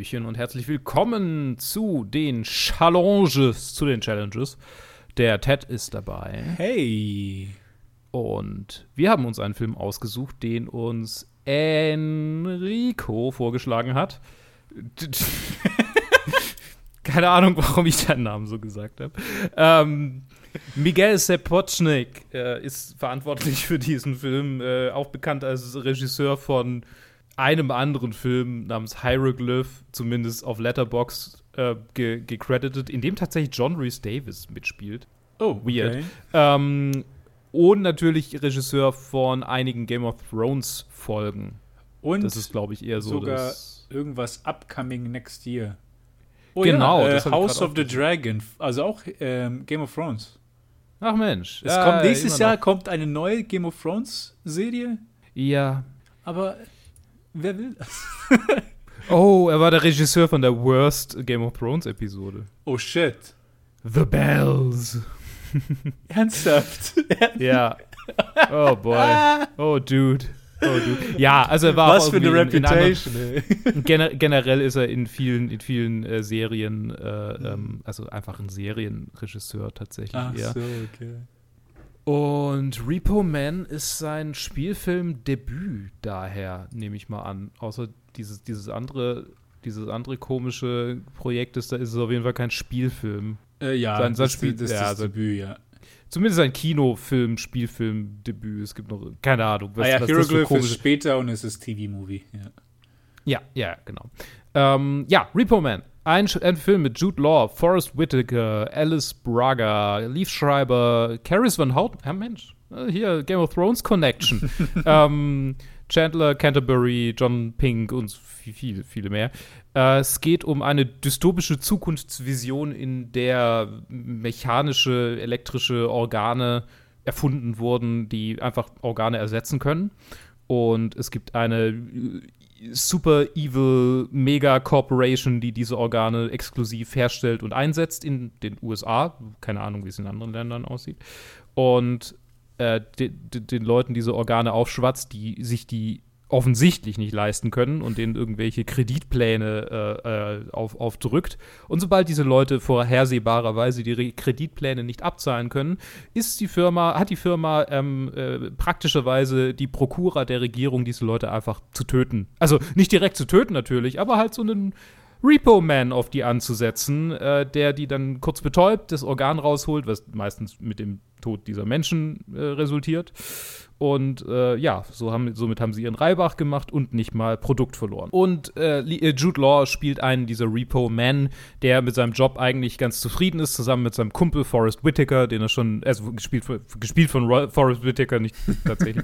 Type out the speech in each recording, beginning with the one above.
Hallöchen und herzlich willkommen zu den Challenges. Der Ted ist dabei. Hey! Und wir haben uns einen Film ausgesucht, den uns Enrico vorgeschlagen hat. Keine Ahnung, warum ich deinen Namen so gesagt habe. Miguel Sapochnik ist verantwortlich für diesen Film, auch bekannt als Regisseur von einem anderen Film namens Hieroglyph, zumindest auf Letterboxd gecredited, in dem tatsächlich John Rhys Davies mitspielt. Oh, weird. okay. Und natürlich Regisseur von einigen Game of Thrones Folgen. Und das ist, glaube ich, eher so sogar irgendwas upcoming next year. Oh, genau, ja, House of the Dragon, also auch Game of Thrones. Ach Mensch. Es kommt nächstes Jahr kommt eine neue Game of Thrones Serie. Ja. Aber wer will das? Oh, er war der Regisseur von der Worst Game of Thrones Episode. Oh shit. The Bells. Ernsthaft? Ja. Oh boy. Oh dude. Ja, also er war was auch für eine Reputation, ey. Generell ist er in vielen Serien, also einfach ein Serienregisseur tatsächlich. Ach eher. so, okay. Und Repo Man ist sein Spielfilmdebüt daher, nehme ich mal an. Außer dieses andere komische Projekt ist es auf jeden Fall kein Spielfilm. Ja, das ist das Debüt, ja. Zumindest ein Spielfilmdebüt. Es gibt noch, keine Ahnung, was das Hieroglyph für ist später und es ist TV-Movie, ja. Ja, genau. Repo Man. Ein Film mit Jude Law, Forrest Whitaker, Alice Braga, Liev Schreiber, Caris Van Houten. Mensch, hier Game of Thrones Connection. Chandler Canterbury, John Pink und viele mehr. Es geht um eine dystopische Zukunftsvision, in der mechanische, elektrische Organe erfunden wurden, die einfach Organe ersetzen können. Und es gibt eine super evil Mega-Corporation, die diese Organe exklusiv herstellt und einsetzt in den USA. Keine Ahnung, wie es in anderen Ländern aussieht. Und den Leuten diese Organe aufschwatzt, die sich die offensichtlich nicht leisten können und denen irgendwelche Kreditpläne aufdrückt. Und sobald diese Leute vorhersehbarerweise die Kreditpläne nicht abzahlen können, hat die Firma praktischerweise die Prokura der Regierung, diese Leute einfach zu töten. Also nicht direkt zu töten natürlich, aber halt so einen Repo-Man auf die anzusetzen, der die dann kurz betäubt, das Organ rausholt, was meistens mit dem Tod dieser Menschen resultiert. Und somit haben sie ihren Reibach gemacht und nicht mal Produkt verloren. Und Jude Law spielt einen dieser Repo-Men, der mit seinem Job eigentlich ganz zufrieden ist, zusammen mit seinem Kumpel Forrest Whitaker, den er schon, also gespielt von Forrest Whitaker, nicht tatsächlich,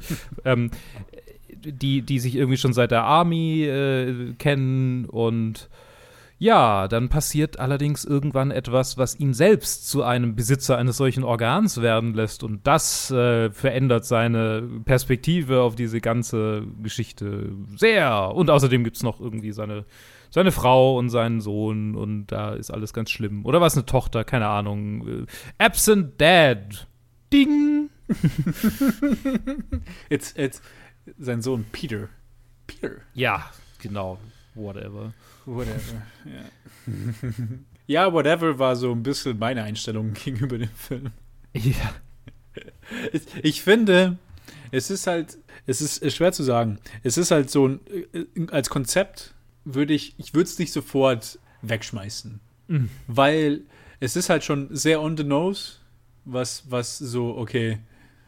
die sich irgendwie schon seit der Army kennen. Und ja, dann passiert allerdings irgendwann etwas, was ihn selbst zu einem Besitzer eines solchen Organs werden lässt. Und das verändert seine Perspektive auf diese ganze Geschichte sehr. Und außerdem gibt es noch irgendwie seine Frau und seinen Sohn. Und da ist alles ganz schlimm. Oder was, eine Tochter? Keine Ahnung. Absent Dad. Ding. Jetzt sein Sohn Peter. Ja, genau. Whatever, ja. Ja, whatever war so ein bisschen meine Einstellung gegenüber dem Film. Ja. Ich finde, es ist schwer zu sagen. Es ist halt so als Konzept würde ich es nicht sofort wegschmeißen. Mhm. Weil es ist halt schon sehr on the nose, was so, okay,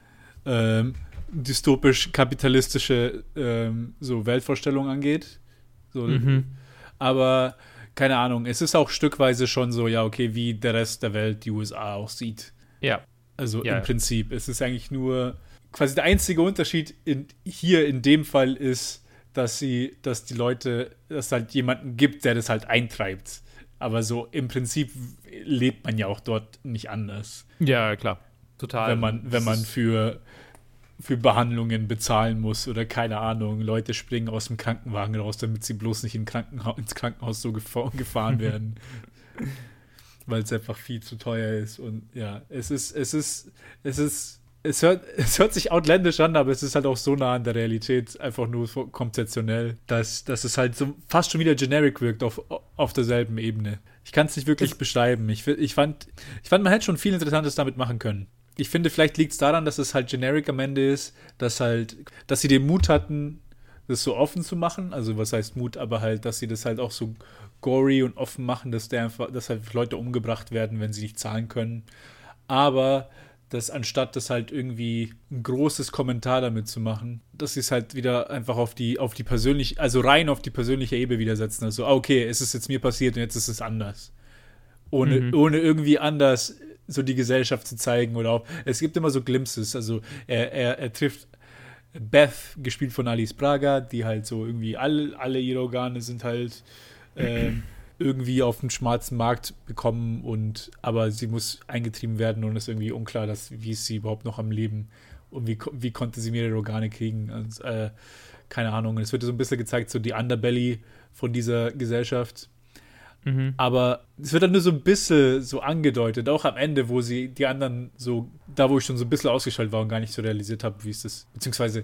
dystopisch-kapitalistische so Weltvorstellung angeht. So, aber keine Ahnung, es ist auch stückweise schon so, ja, okay, wie der Rest der Welt die USA auch sieht. Ja. Also im Prinzip, es ist eigentlich nur quasi der einzige Unterschied hier in dem Fall ist, dass es halt jemanden gibt, der das halt eintreibt. Aber so im Prinzip lebt man ja auch dort nicht anders. Ja, klar. Total. Wenn man für Behandlungen bezahlen muss oder keine Ahnung, Leute springen aus dem Krankenwagen raus, damit sie bloß nicht ins Krankenhaus so gefahren werden. Weil es einfach viel zu teuer ist. Und ja, es ist es hört sich outlandish an, aber es ist halt auch so nah an der Realität, einfach nur konzeptionell, dass es halt so fast schon wieder generic wirkt auf derselben Ebene. Ich kann es nicht wirklich beschreiben. Ich fand, man hätte schon viel Interessantes damit machen können. Ich finde, vielleicht liegt es daran, dass es halt generic am Ende ist, dass sie den Mut hatten, das so offen zu machen. Also was heißt Mut, aber halt, dass sie das halt auch so gory und offen machen, dass halt Leute umgebracht werden, wenn sie nicht zahlen können. Aber dass anstatt das halt irgendwie ein großes Kommentar damit zu machen, dass sie es halt wieder einfach auf die persönliche, also rein auf die persönliche Ebene wieder setzen. Also, okay, es ist jetzt mir passiert und jetzt ist es anders. Ohne irgendwie anders so die Gesellschaft zu zeigen oder auch, es gibt immer so Glimpses. Also er trifft Beth, gespielt von Alice Braga, die halt so irgendwie alle ihre Organe sind halt irgendwie auf dem schwarzen Markt bekommen aber sie muss eingetrieben werden und ist irgendwie unklar, wie ist sie überhaupt noch am Leben und wie konnte sie mehrere Organe kriegen und, keine Ahnung. Es wird so ein bisschen gezeigt, so die Underbelly von dieser Gesellschaft. Aber es wird dann nur so ein bisschen so angedeutet, auch am Ende, wo sie die anderen so, da wo ich schon so ein bisschen ausgeschaltet war und gar nicht so realisiert habe, wie es das, beziehungsweise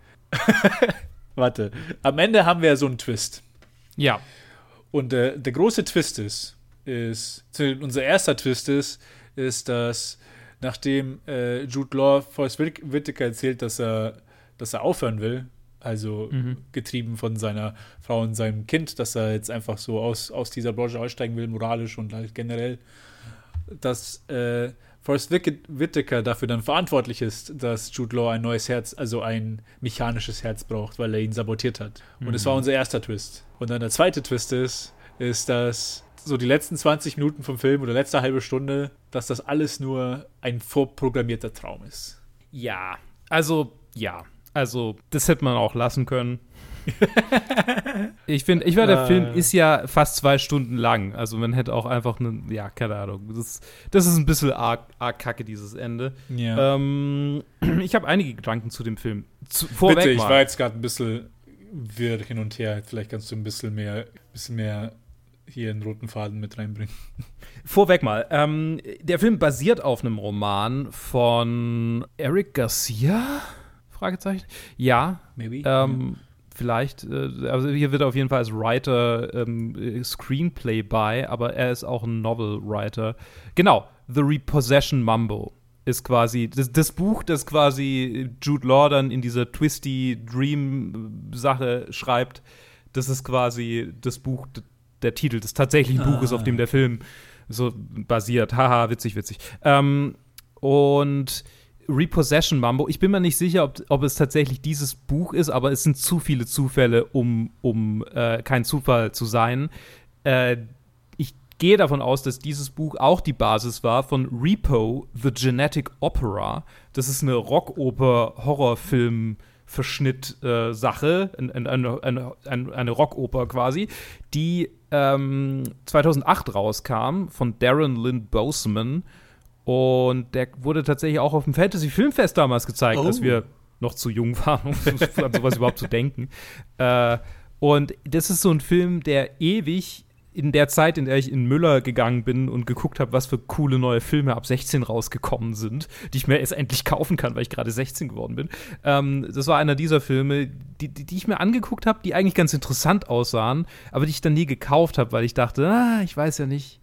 warte, am Ende haben wir ja so einen Twist. Ja. Und der große Twist ist, unser erster Twist ist, dass nachdem Jude Law Forrest Whitaker erzählt, dass er aufhören will, also getrieben von seiner Frau und seinem Kind, dass er jetzt einfach so aus dieser Branche aussteigen will, moralisch und halt generell, dass Forrest Whitaker dafür dann verantwortlich ist, dass Jude Law ein neues Herz, also ein mechanisches Herz braucht, weil er ihn sabotiert hat. Und das war unser erster Twist. Und dann der zweite Twist ist, dass so die letzten 20 Minuten vom Film oder letzte halbe Stunde, dass das alles nur ein vorprogrammierter Traum ist. Ja, also das hätte man auch lassen können. Ich finde, der Film ist ja fast 2 Stunden lang. Also man hätte auch einfach keine Ahnung. Das ist ein bisschen arg kacke, dieses Ende. Ja. Ich habe einige Gedanken zu dem Film. Bitte, ich war jetzt gerade ein bisschen wirr hin und her. Vielleicht kannst du ein bisschen mehr hier einen roten Faden mit reinbringen. Vorweg mal. Der Film basiert auf einem Roman von Eric Garcia? Fragezeichen? Ja. Maybe. Vielleicht, also hier wird er auf jeden Fall als Writer Screenplay bei, aber er ist auch ein Novel-Writer. Genau, The Repossession Mambo ist quasi das Buch, das quasi Jude Law dann in dieser twisty Dream-Sache schreibt. Das ist quasi das Buch, der Titel des tatsächlichen Buches, auf dem der Film so basiert. Haha, witzig. Und Repossession Mambo. Ich bin mir nicht sicher, ob es tatsächlich dieses Buch ist, aber es sind zu viele Zufälle, um kein Zufall zu sein. Ich gehe davon aus, dass dieses Buch auch die Basis war von Repo, The Genetic Opera. Das ist eine Rockoper-Horrorfilm-Verschnitt-Sache, eine Rockoper quasi, die 2008 rauskam von Darren Lynn Bousman. Und der wurde tatsächlich auch auf dem Fantasy-Filmfest damals gezeigt, als wir noch zu jung waren, um an sowas überhaupt zu denken. Und das ist so ein Film, der ewig in der Zeit, in der ich in Müller gegangen bin und geguckt habe, was für coole neue Filme ab 16 rausgekommen sind, die ich mir erst endlich kaufen kann, weil ich gerade 16 geworden bin. Das war einer dieser Filme, die ich mir angeguckt habe, die eigentlich ganz interessant aussahen, aber die ich dann nie gekauft habe, weil ich dachte, ich weiß ja nicht,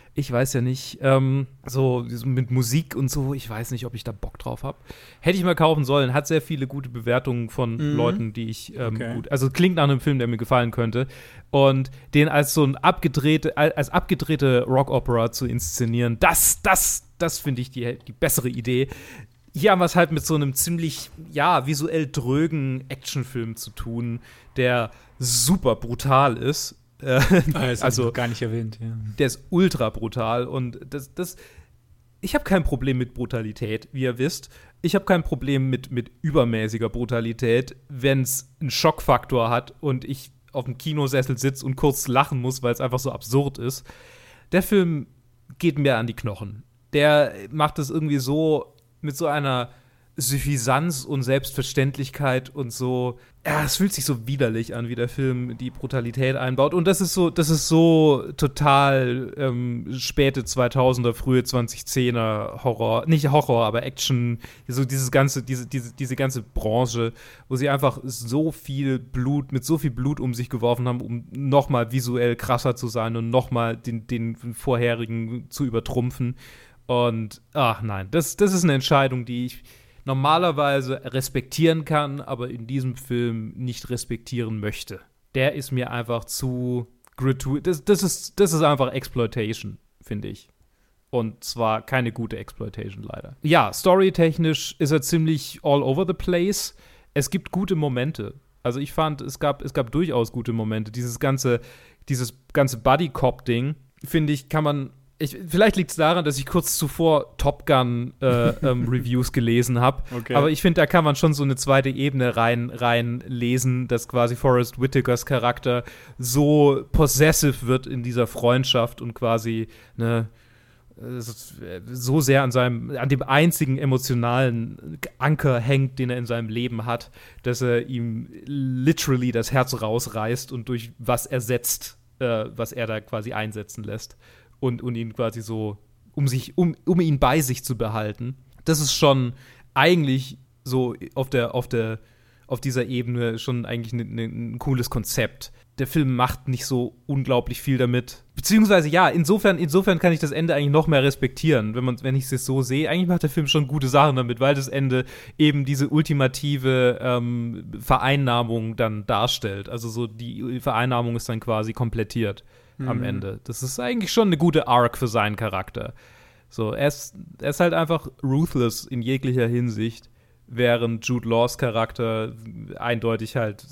so mit Musik und so, ich weiß nicht, ob ich da Bock drauf habe. Hätte ich mal kaufen sollen, hat sehr viele gute Bewertungen von Leuten, die ich gut, also klingt nach einem Film, der mir gefallen könnte. Und den als so abgedrehte Rock-Opera zu inszenieren, das finde ich die bessere Idee. Hier haben wir es halt mit so einem ziemlich, visuell drögen Actionfilm zu tun, der super brutal ist. Also gar nicht erwähnt, ja. Der ist ultra brutal und ich habe kein Problem mit Brutalität, wie ihr wisst. Ich habe kein Problem mit übermäßiger Brutalität, wenn es einen Schockfaktor hat und ich auf dem Kinosessel sitze und kurz lachen muss, weil es einfach so absurd ist. Der Film geht mir an die Knochen. Der macht es irgendwie so mit so einer Suffisanz und Selbstverständlichkeit und so. Ja, es fühlt sich so widerlich an, wie der Film die Brutalität einbaut. Und das ist so total späte 2000er, frühe 2010er Horror. Nicht Horror, aber Action. So diese ganze Branche, wo sie einfach mit so viel Blut um sich geworfen haben, um nochmal visuell krasser zu sein und nochmal den vorherigen zu übertrumpfen. Und, ach nein, das ist eine Entscheidung, die ich normalerweise respektieren kann, aber in diesem Film nicht respektieren möchte. Der ist mir einfach zu gratuitous. Das ist einfach Exploitation, finde ich. Und zwar keine gute Exploitation, leider. Ja, storytechnisch ist er ziemlich all over the place. Es gibt gute Momente. Also ich fand, es gab durchaus gute Momente. Dieses ganze Buddy-Cop-Ding, finde ich, kann man vielleicht liegt es daran, dass ich kurz zuvor Top Gun Reviews gelesen habe. Okay. Aber ich finde, da kann man schon so eine zweite Ebene reinlesen, dass quasi Forest Whitakers Charakter so possessive wird in dieser Freundschaft und quasi so sehr an dem einzigen emotionalen Anker hängt, den er in seinem Leben hat, dass er ihm literally das Herz rausreißt und durch was ersetzt, was er da quasi einsetzen lässt. Und ihn quasi so, um ihn bei sich zu behalten. Das ist schon eigentlich so auf dieser Ebene schon eigentlich ein cooles Konzept. Der Film macht nicht so unglaublich viel damit. Beziehungsweise ja, insofern kann ich das Ende eigentlich noch mehr respektieren, wenn ich es so sehe. Eigentlich macht der Film schon gute Sachen damit, weil das Ende eben diese ultimative Vereinnahmung dann darstellt. Also so die Vereinnahmung ist dann quasi komplettiert am Ende. Das ist eigentlich schon eine gute Arc für seinen Charakter. So, er ist halt einfach ruthless in jeglicher Hinsicht, während Jude Laws Charakter eindeutig halt,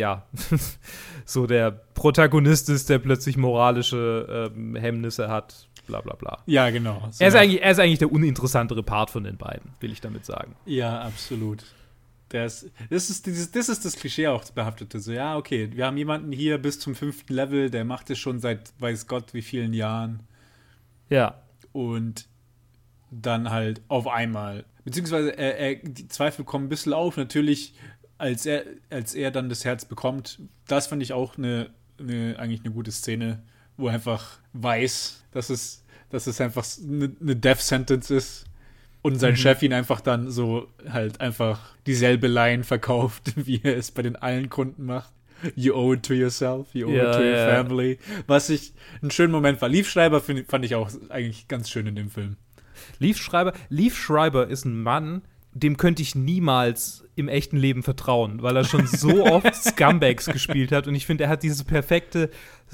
so der Protagonist ist, der plötzlich moralische Hemmnisse hat, bla bla bla. Ja, genau. So er ist eigentlich der uninteressantere Part von den beiden, will ich damit sagen. Ja, absolut. Das ist das Klischee auch behaftete. So, ja, okay, wir haben jemanden hier bis zum 5. Level, der macht es schon seit weiß Gott wie vielen Jahren. Ja. Und dann halt auf einmal. Beziehungsweise die Zweifel kommen ein bisschen auf. Natürlich, als er dann das Herz bekommt, das fand ich auch eigentlich eine gute Szene, wo er einfach weiß, dass es einfach eine Death Sentence ist. Und sein Chef ihn einfach dann so halt einfach dieselbe Line verkauft, wie er es bei den allen Kunden macht. You owe it to yourself, you owe it to your family. Was ich einen schönen Moment war. Liev Schreiber fand ich auch eigentlich ganz schön in dem Film. Liev Schreiber ist ein Mann, dem könnte ich niemals im echten Leben vertrauen, weil er schon so oft Scumbags gespielt hat. Und ich finde, er hat dieses perfekte,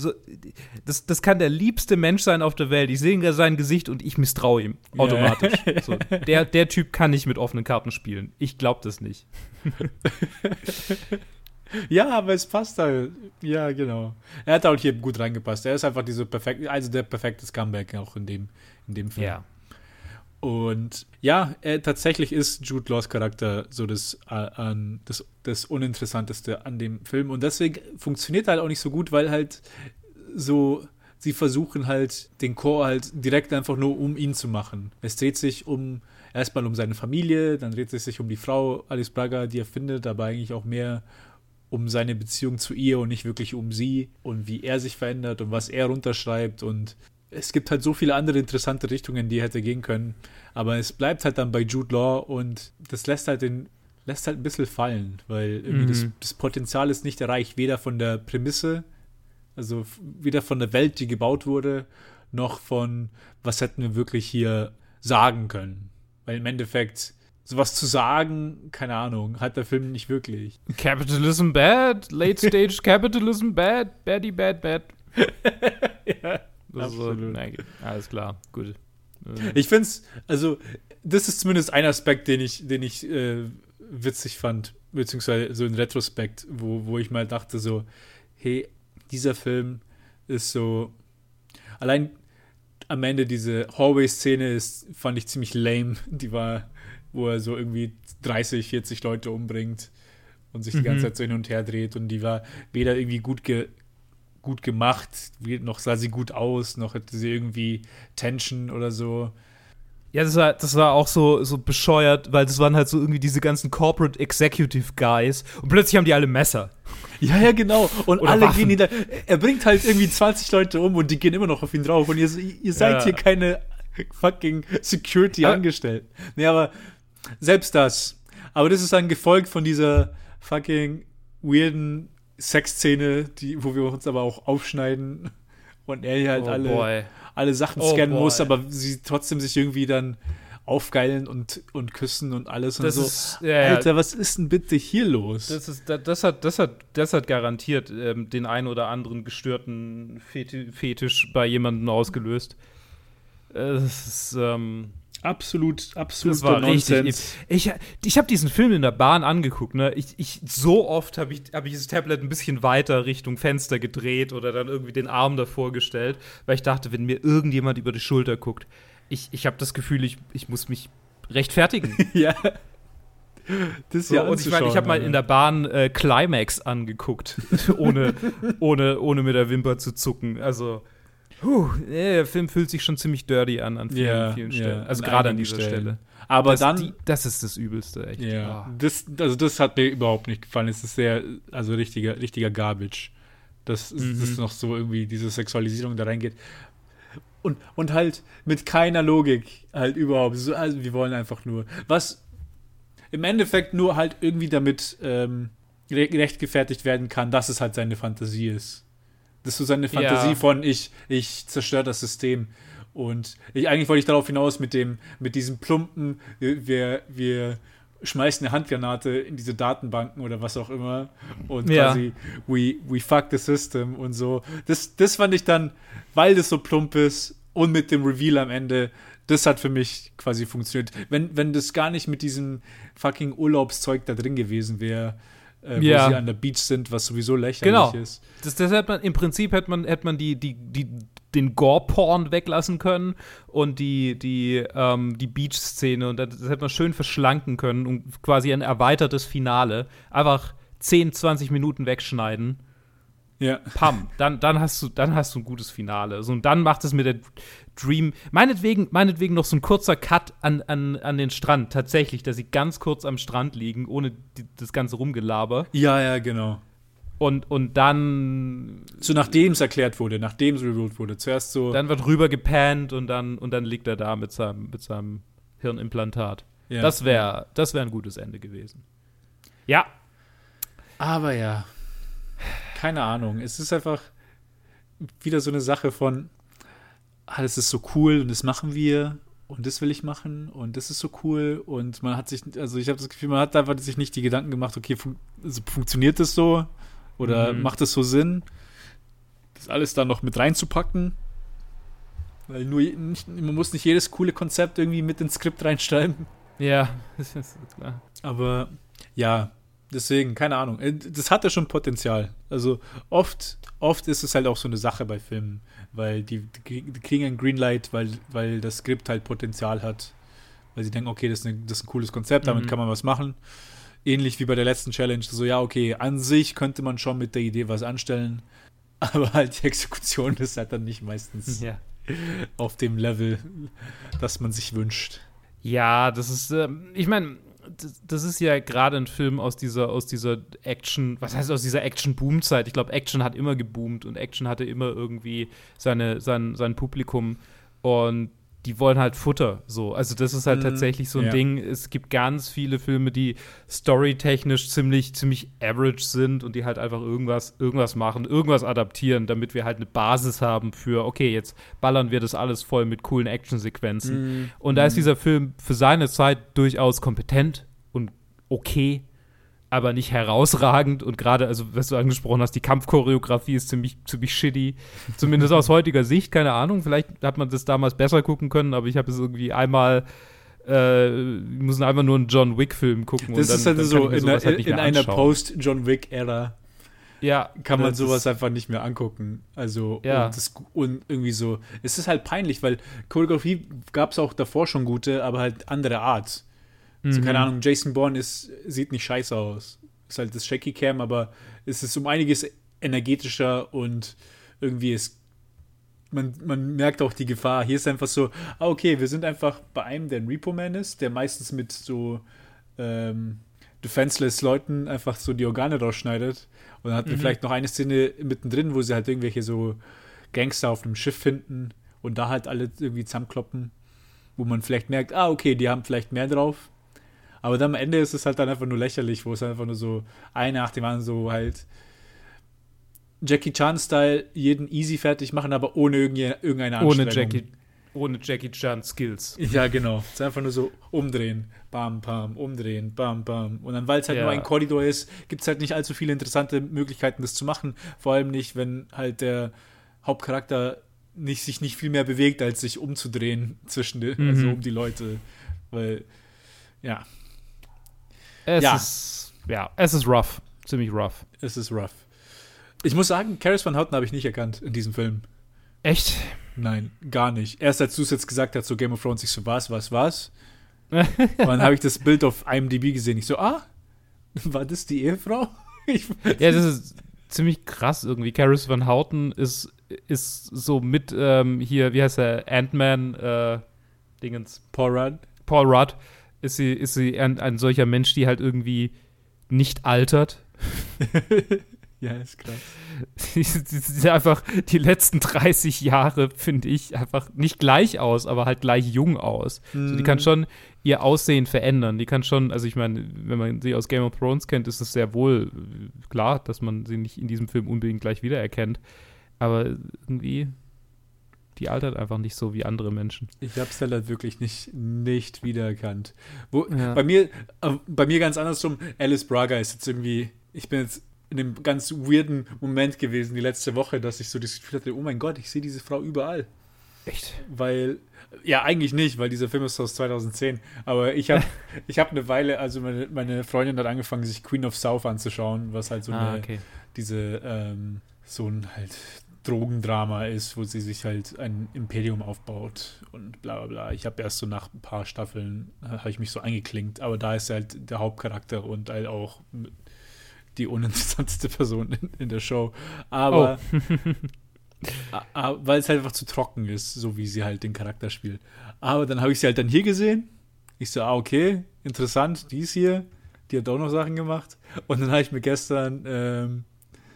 das kann der liebste Mensch sein auf der Welt. Ich sehe sein Gesicht und ich misstraue ihm automatisch. Yeah. So, der Typ kann nicht mit offenen Karten spielen. Ich glaube das nicht. Ja, aber es passt halt. Ja, genau. Er hat auch hier gut reingepasst. Er ist einfach der perfekte Scumbag auch in dem Film. Ja. Und ja, tatsächlich ist Jude Laws Charakter so das Uninteressanteste an dem Film. Und deswegen funktioniert er halt auch nicht so gut, weil halt so, sie versuchen halt, den Chor halt direkt einfach nur um ihn zu machen. Es dreht sich erstmal um seine Familie, dann dreht es sich um die Frau Alice Braga, die er findet, aber eigentlich auch mehr um seine Beziehung zu ihr und nicht wirklich um sie und wie er sich verändert und was er runterschreibt. Und es gibt halt so viele andere interessante Richtungen, die er hätte gehen können. Aber es bleibt halt dann bei Jude Law und das lässt halt ein bisschen fallen, weil irgendwie das Potenzial ist nicht erreicht, weder von der Prämisse, also weder von der Welt, die gebaut wurde, noch von, was hätten wir wirklich hier sagen können. Weil im Endeffekt, sowas zu sagen, keine Ahnung, hat der Film nicht wirklich. Capitalism bad, late stage capitalism bad, baddie bad, bad. Ja. Absolut. Alles klar, gut. Ich finde es, also, das ist zumindest ein Aspekt, den ich witzig fand, beziehungsweise so in Retrospekt, wo ich mal dachte so, hey, dieser Film ist so, allein am Ende diese Hallway-Szene fand ich ziemlich lame, die war, wo er so irgendwie 30, 40 Leute umbringt und sich die ganze Zeit so hin und her dreht und die war weder irgendwie gut gemacht, noch sah sie gut aus, noch hatte sie irgendwie Tension oder so. Ja, das war auch so bescheuert, weil das waren halt so irgendwie diese ganzen Corporate Executive Guys und plötzlich haben die alle Messer. Ja, genau. Und Oder alle Waffen. gehen ihn da. Er bringt halt irgendwie 20 Leute um und die gehen immer noch auf ihn drauf. Und ihr seid hier keine fucking Security-Angestellten. Nee, aber selbst das. Aber das ist dann gefolgt von dieser fucking weirden Sexszene, wo wir uns aber auch aufschneiden und er hier halt alle Sachen scannen muss, aber sie trotzdem sich irgendwie dann aufgeilen und küssen und alles und das so. Ist, Alter, was ist denn bitte hier los? Das hat garantiert den ein oder anderen gestörten Fetisch bei jemandem ausgelöst. Das ist absolut das war Nonsens. richtig. Ich habe diesen Film in der Bahn angeguckt, ne? So oft habe ich das Tablet ein bisschen weiter Richtung Fenster gedreht oder dann irgendwie den Arm davor gestellt, weil ich dachte, wenn mir irgendjemand über die Schulter guckt, ich habe das Gefühl, ich muss mich rechtfertigen. Ja. Das ist so, und ich meine, ich habe mal in der Bahn Climax angeguckt, ohne mit der Wimper zu zucken. Also der Film fühlt sich schon ziemlich dirty an vielen Stellen. Also gerade an dieser Stelle. Aber das ist das Übelste, echt. Ja. Das hat mir überhaupt nicht gefallen. Es ist richtiger Garbage. Das ist noch so irgendwie diese Sexualisierung da reingeht. Und halt mit keiner Logik halt überhaupt. Also wir wollen einfach nur. Was im Endeffekt nur halt irgendwie damit rechtfertigt werden kann, dass es halt seine Fantasie ist. Das ist so seine Fantasie von ich zerstöre das System. Und eigentlich wollte ich darauf hinaus mit diesem plumpen, wir schmeißen eine Handgranate in diese Datenbanken oder was auch immer und quasi we fuck the system und so. Das fand ich dann, weil das so plump ist und mit dem Reveal am Ende, das hat für mich quasi funktioniert. Wenn das gar nicht mit diesem fucking Urlaubszeug da drin gewesen wäre, wo sie an der Beach sind, was sowieso lächerlich ist. Im Prinzip hätte man den Gore-Porn weglassen können und die Beach-Szene und das hätte man schön verschlanken können und quasi ein erweitertes Finale einfach 10, 20 Minuten wegschneiden. Ja. Pam, dann hast du ein gutes Finale. So, und dann macht es mit der Dream, meinetwegen noch so ein kurzer Cut an den Strand, tatsächlich, dass sie ganz kurz am Strand liegen, ohne das ganze Rumgelaber. Ja, genau. Und dann so nachdem es erklärt wurde, nachdem es revealed wurde, zuerst so. Dann wird rüber gepannt und dann liegt er da mit seinem Hirnimplantat. Ja. Das wäre ein gutes Ende gewesen. Ja. Aber ja. Keine Ahnung. Es ist einfach wieder so eine Sache von, das ist so cool und das machen wir und das will ich machen und das ist so cool und man hat sich, also ich habe das Gefühl, man hat einfach sich nicht die Gedanken gemacht, okay, funktioniert das so oder macht es so Sinn, das alles da noch mit reinzupacken, weil man muss nicht jedes coole Konzept irgendwie mit ins Skript reinschreiben. Ja, das ist klar. Aber ja, deswegen, keine Ahnung. Das hat ja schon Potenzial. Also oft ist es halt auch so eine Sache bei Filmen, weil die kriegen ein Greenlight, weil das Skript halt Potenzial hat. Weil sie denken, okay, das ist ein cooles Konzept, damit kann man was machen. Ähnlich wie bei der letzten Challenge. So, ja, okay, an sich könnte man schon mit der Idee was anstellen, aber halt die Exekution ist halt dann nicht meistens auf dem Level, das man sich wünscht. Ja, das ist, ich meine, das ist ja gerade ein Film aus dieser Action, was heißt aus dieser Action-Boom-Zeit? Ich glaube, Action hat immer geboomt und Action hatte immer irgendwie sein Publikum und die wollen halt Futter, so. Also das ist halt tatsächlich so ein Ding. Es gibt ganz viele Filme, die storytechnisch ziemlich average sind und die halt einfach irgendwas machen, irgendwas adaptieren, damit wir halt eine Basis haben für, okay, jetzt ballern wir das alles voll mit coolen Actionsequenzen. Und da ist dieser Film für seine Zeit durchaus kompetent und okay, aber nicht herausragend und gerade, also was du angesprochen hast, die Kampfchoreografie ist ziemlich shitty, zumindest aus heutiger Sicht, keine Ahnung, vielleicht hat man das damals besser gucken können, aber ich habe es irgendwie wir müssen einfach nur einen John Wick-Film gucken. Das ist halt so, in einer Post-John Wick-Ära kann man sowas einfach nicht mehr angucken. Also, und irgendwie so, es ist halt peinlich, weil Choreografie gab es auch davor schon gute, aber halt andere Art. So, keine Ahnung, Jason Bourne sieht nicht scheiße aus. Ist halt das Shaky Cam, aber es ist um einiges energetischer und irgendwie man merkt auch die Gefahr. Hier ist einfach so, okay, wir sind einfach bei einem, der ein Repo-Man ist, der meistens mit so defenseless Leuten einfach so die Organe rausschneidet. Und dann hatten wir vielleicht noch eine Szene mittendrin, wo sie halt irgendwelche so Gangster auf einem Schiff finden und da halt alle irgendwie zusammenkloppen, wo man vielleicht merkt, okay, die haben vielleicht mehr drauf. Aber dann am Ende ist es halt dann einfach nur lächerlich, wo es einfach nur so eine nach dem anderen so halt Jackie Chan-Style jeden easy fertig machen, aber ohne irgendeine Anstrengung. Ohne Jackie Chan Skills. Ja, genau. Es ist einfach nur so umdrehen, bam, bam, umdrehen, bam, bam. Und dann, weil es halt nur ein Korridor ist, gibt es halt nicht allzu viele interessante Möglichkeiten, das zu machen. Vor allem nicht, wenn halt der Hauptcharakter sich nicht viel mehr bewegt, als sich umzudrehen also um die Leute. Weil, ja. Es ist rough. Ziemlich rough. Es ist rough. Ich muss sagen, Karis Van Houten habe ich nicht erkannt in diesem Film. Echt? Nein, gar nicht. Erst als du es jetzt gesagt hast, so Game of Thrones, ich so, was? Und dann habe ich das Bild auf IMDb gesehen. Ich so, war das die Ehefrau? Ja, das ist ziemlich krass irgendwie. Karis Van Houten ist so mit hier, wie heißt der, Ant-Man Dingens? Paul Rudd. Ist sie ein solcher Mensch, die halt irgendwie nicht altert. Ja, ist krass. Sie sieht einfach die letzten 30 Jahre, finde ich, einfach nicht gleich aus, aber halt gleich jung aus. So, die kann schon ihr Aussehen verändern. Die kann schon, also ich meine, wenn man sie aus Game of Thrones kennt, ist es sehr wohl klar, dass man sie nicht in diesem Film unbedingt gleich wiedererkennt. Aber irgendwie, die altert einfach nicht so wie andere Menschen. Ich habe es halt wirklich nicht wiedererkannt. Bei mir ganz andersrum, Alice Braga ist jetzt irgendwie, ich bin jetzt in einem ganz weirden Moment gewesen, die letzte Woche, dass ich so das Gefühl hatte, oh mein Gott, ich sehe diese Frau überall. Echt? Weil, ja, eigentlich nicht, weil dieser Film ist aus 2010, aber ich hab eine Weile, also meine Freundin hat angefangen, sich Queen of South anzuschauen, was halt so so ein halt Drogendrama ist, wo sie sich halt ein Imperium aufbaut und bla bla bla. Ich habe erst so nach ein paar Staffeln, habe ich mich so eingeklinkt, aber da ist halt der Hauptcharakter und halt auch die uninteressanteste Person in der Show. Aber weil es halt einfach zu trocken ist, so wie sie halt den Charakter spielt. Aber dann habe ich sie halt dann hier gesehen. Ich so, okay, interessant, die ist hier. Die hat auch noch Sachen gemacht. Und dann habe ich mir gestern den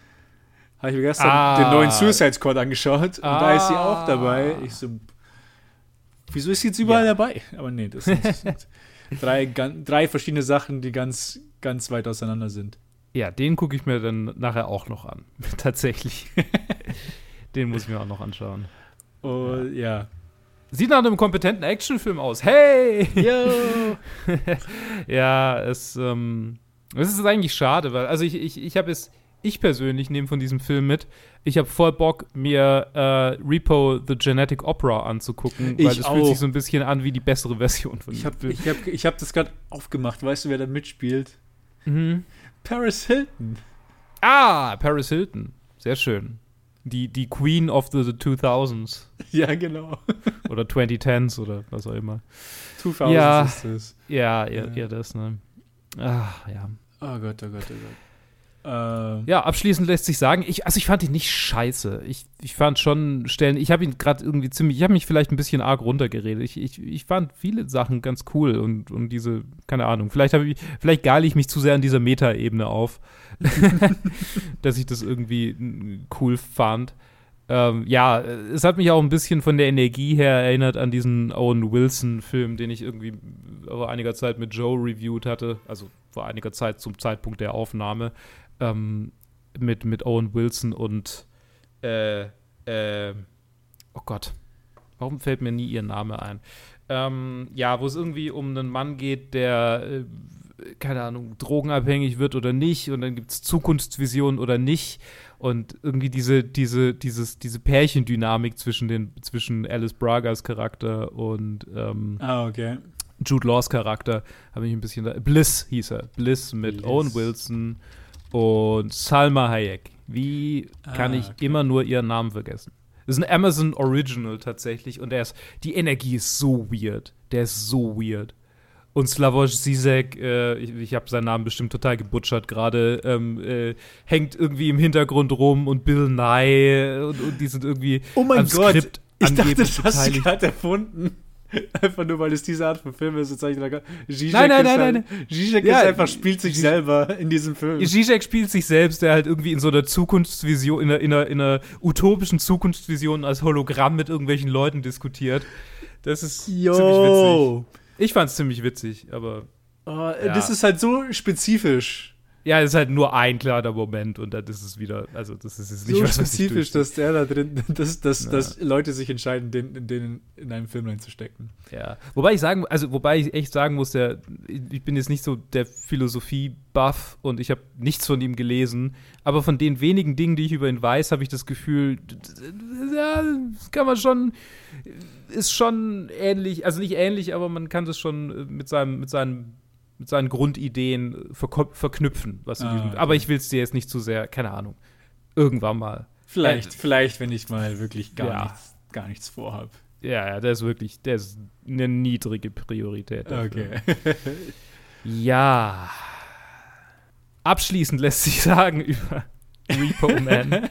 neuen Suicide Squad angeschaut. Und da ist sie auch dabei. Ich so, wieso ist sie jetzt überall dabei? Aber nee, das sind drei verschiedene Sachen, die ganz, ganz weit auseinander sind. Ja, den gucke ich mir dann nachher auch noch an. Tatsächlich. Den muss ich mir auch noch anschauen. Ja. Sieht nach einem kompetenten Actionfilm aus. Hey! Yo! Ja, es ist eigentlich schade, weil, also ich persönlich nehme von diesem Film mit, ich habe voll Bock, mir Repo the Genetic Opera anzugucken, weil es fühlt sich so ein bisschen an wie die bessere Version von dem Film. Ich hab das gerade aufgemacht. Weißt du, wer da mitspielt? Paris Hilton. Paris Hilton. Sehr schön. Die Queen of the 2000s. Ja, genau. Oder 2010s oder was auch immer. 2000s ist es. Ja, das, ne? Ja. Oh Gott. Ja, abschließend lässt sich sagen, ich fand ihn nicht scheiße. Ich fand schon Stellen, ich habe ihn gerade irgendwie ich habe mich vielleicht ein bisschen arg runtergeredet. Ich fand viele Sachen ganz cool und diese, keine Ahnung, vielleicht geile ich mich zu sehr an dieser Meta-Ebene auf, dass ich das irgendwie cool fand. Es hat mich auch ein bisschen von der Energie her erinnert an diesen Owen Wilson-Film, den ich irgendwie vor einiger Zeit mit Joe reviewed hatte, also vor einiger Zeit zum Zeitpunkt der Aufnahme. Mit Owen Wilson und oh Gott, warum fällt mir nie ihr Name ein? Wo es irgendwie um einen Mann geht, der keine Ahnung, drogenabhängig wird oder nicht und dann gibt es Zukunftsvisionen oder nicht und irgendwie diese Pärchendynamik zwischen Alice Bragas Charakter und okay. Jude Laws Charakter habe ich ein bisschen Bliss hieß er. Bliss mit Owen Wilson und Salma Hayek. Wie kann ich immer nur ihren Namen vergessen? Das ist ein Amazon Original tatsächlich und die Energie ist so weird. Der ist so weird. Und Slavoj Zizek, ich habe seinen Namen bestimmt total gebutschert gerade, hängt irgendwie im Hintergrund rum und Bill Nye und die sind irgendwie am Skript angeblich ich dachte, das hast du beteiligt. gerade erfunden. Einfach nur, weil es diese Art von Film ist. Nein. Zizek Ja, ist einfach, spielt sich selber in diesem Film. Zizek spielt sich selbst, der halt irgendwie in so einer Zukunftsvision, in einer utopischen Zukunftsvision als Hologramm mit irgendwelchen Leuten diskutiert. Das ist ziemlich witzig. Ich fand's ziemlich witzig, aber Das ist halt so spezifisch. ja, es ist halt nur ein kleiner Moment und dann ist es wieder, also das ist jetzt nicht So was spezifisch, ich dass der da drin, dass Leute sich entscheiden, den in einen Film reinzustecken. ja, wobei ich echt sagen muss, ich bin jetzt nicht so der Philosophie-Buff und ich habe nichts von ihm gelesen, aber von den wenigen Dingen, die ich über ihn weiß, habe ich das Gefühl, ja, das kann man schon, ist schon ähnlich, also nicht ähnlich, aber man kann das schon mit seinen Grundideen verknüpfen. Okay. Aber ich will es dir jetzt nicht zu sehr, keine Ahnung, irgendwann mal. Vielleicht, wenn ich mal wirklich gar nichts vorhab. Ja, der ist eine niedrige Priorität dafür. Okay. Ja. Abschließend lässt sich sagen über Repo Man,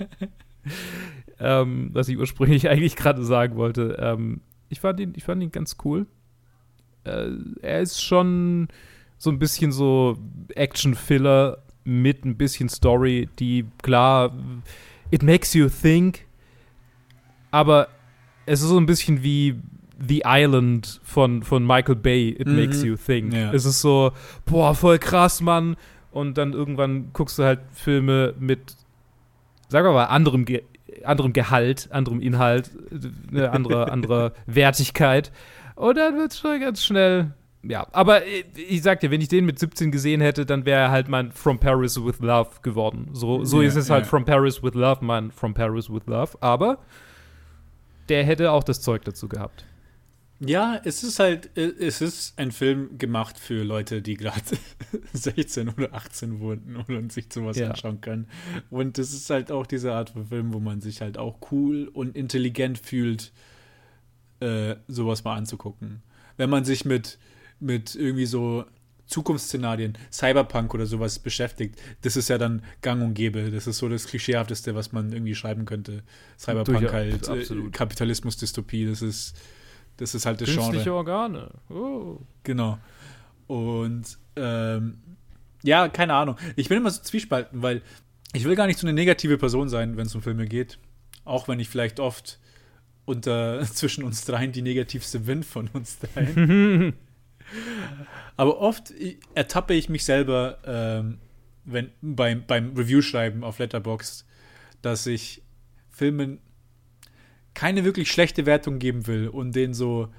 was ich ursprünglich eigentlich gerade sagen wollte. Ich fand ihn ganz cool. Er ist schon so ein bisschen so Action-Filler mit ein bisschen Story, die, klar, it makes you think, aber es ist so ein bisschen wie The Island von Michael Bay, it makes you think. Ja. Es ist so, boah, voll krass, Mann. Und dann irgendwann guckst du halt Filme mit, sagen wir mal, anderem Gehalt, anderem Inhalt, eine andere Wertigkeit. Und dann wird es schon ganz schnell. Ja, aber ich sag dir, wenn ich den mit 17 gesehen hätte, dann wäre er halt mein From Paris with Love geworden. So ist es halt From Paris with Love, mein From Paris with Love. Aber der hätte auch das Zeug dazu gehabt. Ja, es ist ein Film gemacht für Leute, die gerade 16 oder 18 wurden und sich sowas anschauen können. Und es ist halt auch diese Art von Film, wo man sich halt auch cool und intelligent fühlt, sowas mal anzugucken. Wenn man sich mit irgendwie so Zukunftsszenarien, Cyberpunk oder sowas beschäftigt, das ist ja dann gang und gäbe. Das ist so das Klischeehafteste, was man irgendwie schreiben könnte. Cyberpunk halt, Kapitalismus, Dystopie, das ist halt das Genre. Künstliche Organe. Oh. Genau. Und ja, keine Ahnung. Ich bin immer so zwiespalten, weil ich will gar nicht so eine negative Person sein, wenn es um Filme geht. Auch wenn ich vielleicht oft zwischen uns dreien die negativste bin von uns dreien. Aber oft ertappe ich mich selber, beim Review-Schreiben auf Letterboxd, dass ich Filmen keine wirklich schlechte Wertung geben will und denen so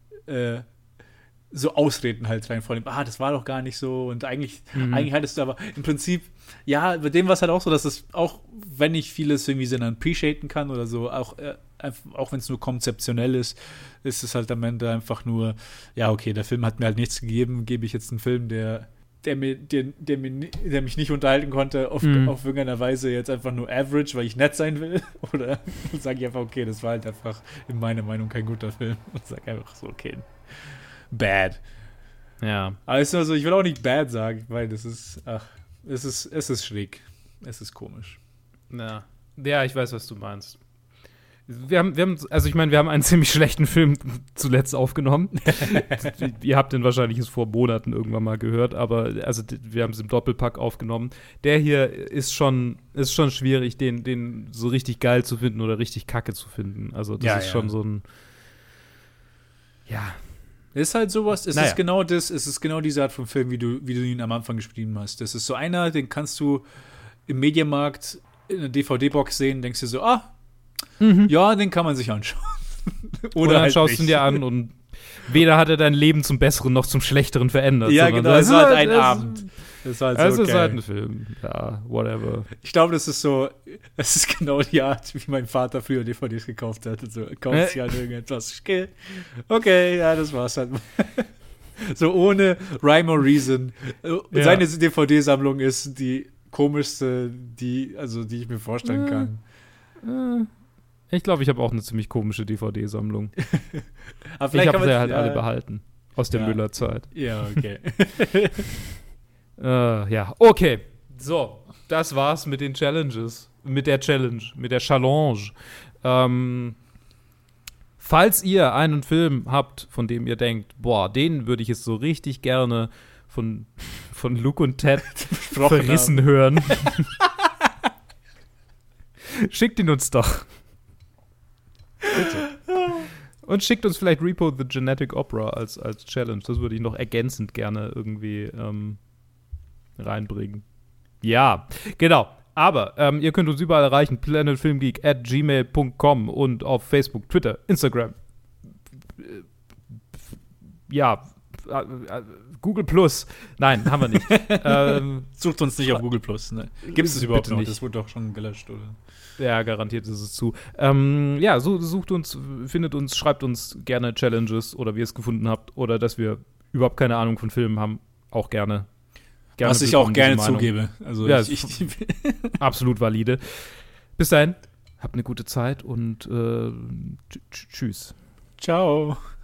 Ausreden halt rein vornehmen. Das war doch gar nicht so und eigentlich hattest du aber im Prinzip, ja, bei dem war es halt auch so, dass es auch, wenn ich vieles irgendwie dann appreciaten kann oder so, auch wenn es nur konzeptionell ist es halt am Ende einfach nur, ja, okay, der Film hat mir halt nichts gegeben, gebe ich jetzt einen Film, der mich nicht unterhalten konnte, auf irgendeiner Weise jetzt einfach nur average, weil ich nett sein will, oder sage ich einfach, okay, das war halt einfach in meiner Meinung kein guter Film und sage einfach so, okay, bad. Ja. Aber es ist also, ich will auch nicht bad sagen, weil das ist, es ist schräg. Es ist komisch. Ja, ich weiß, was du meinst. Wir haben einen ziemlich schlechten Film zuletzt aufgenommen. Ihr habt den wahrscheinlich vor Monaten irgendwann mal gehört, aber also wir haben es im Doppelpack aufgenommen. Der hier ist schon schwierig, den so richtig geil zu finden oder richtig kacke zu finden. Also das ist schon so ein, ja. Es ist halt sowas, es ist genau diese Art von Film, wie du ihn am Anfang geschrieben hast. Das ist so einer, den kannst du im Mediamarkt in einer DVD-Box sehen, denkst dir so, ja, den kann man sich anschauen. Oder dann halt schaust du ihn dir an und weder hat er dein Leben zum Besseren noch zum Schlechteren verändert. Ja, genau, es war halt ein Abend. Es war halt so, es ist halt ein Film. Ja, whatever. Ich glaube, das ist genau die Art, wie mein Vater früher DVDs gekauft hat. So, kauft sich halt irgendetwas. Okay, ja, das war's halt. So ohne Rhyme or Reason. Ja. Seine DVD-Sammlung ist die komischste, die ich mir vorstellen kann. Ich glaube, ich habe auch eine ziemlich komische DVD-Sammlung. Aber vielleicht ich habe sie halt alle behalten. aus der Ja. Müller-Zeit. Ja, okay. Ja, okay. So, das war's mit den Challenges. Mit der Challenge. Falls ihr einen Film habt, von dem ihr denkt, boah, den würde ich jetzt so richtig gerne von Luke und Ted verrissen hören, schickt ihn uns doch. Bitte. Und schickt uns vielleicht Repo the Genetic Opera als Challenge. Das würde ich noch ergänzend gerne irgendwie reinbringen. Ja, genau. Aber ihr könnt uns überall erreichen, planetfilmgeek@gmail.com und auf Facebook, Twitter, Instagram. Google Plus. Nein, haben wir nicht. Sucht uns nicht auf Google Plus. Ne? Gibt es überhaupt noch? nicht. Das wurde doch schon gelöscht, oder? Ja, garantiert ist es zu. Sucht uns, findet uns, schreibt uns gerne Challenges oder wie ihr es gefunden habt oder dass wir überhaupt keine Ahnung von Filmen haben. Auch gerne. Was ich auch gerne zugebe. Also ja, absolut valide. Bis dahin, habt eine gute Zeit und tschüss. Ciao.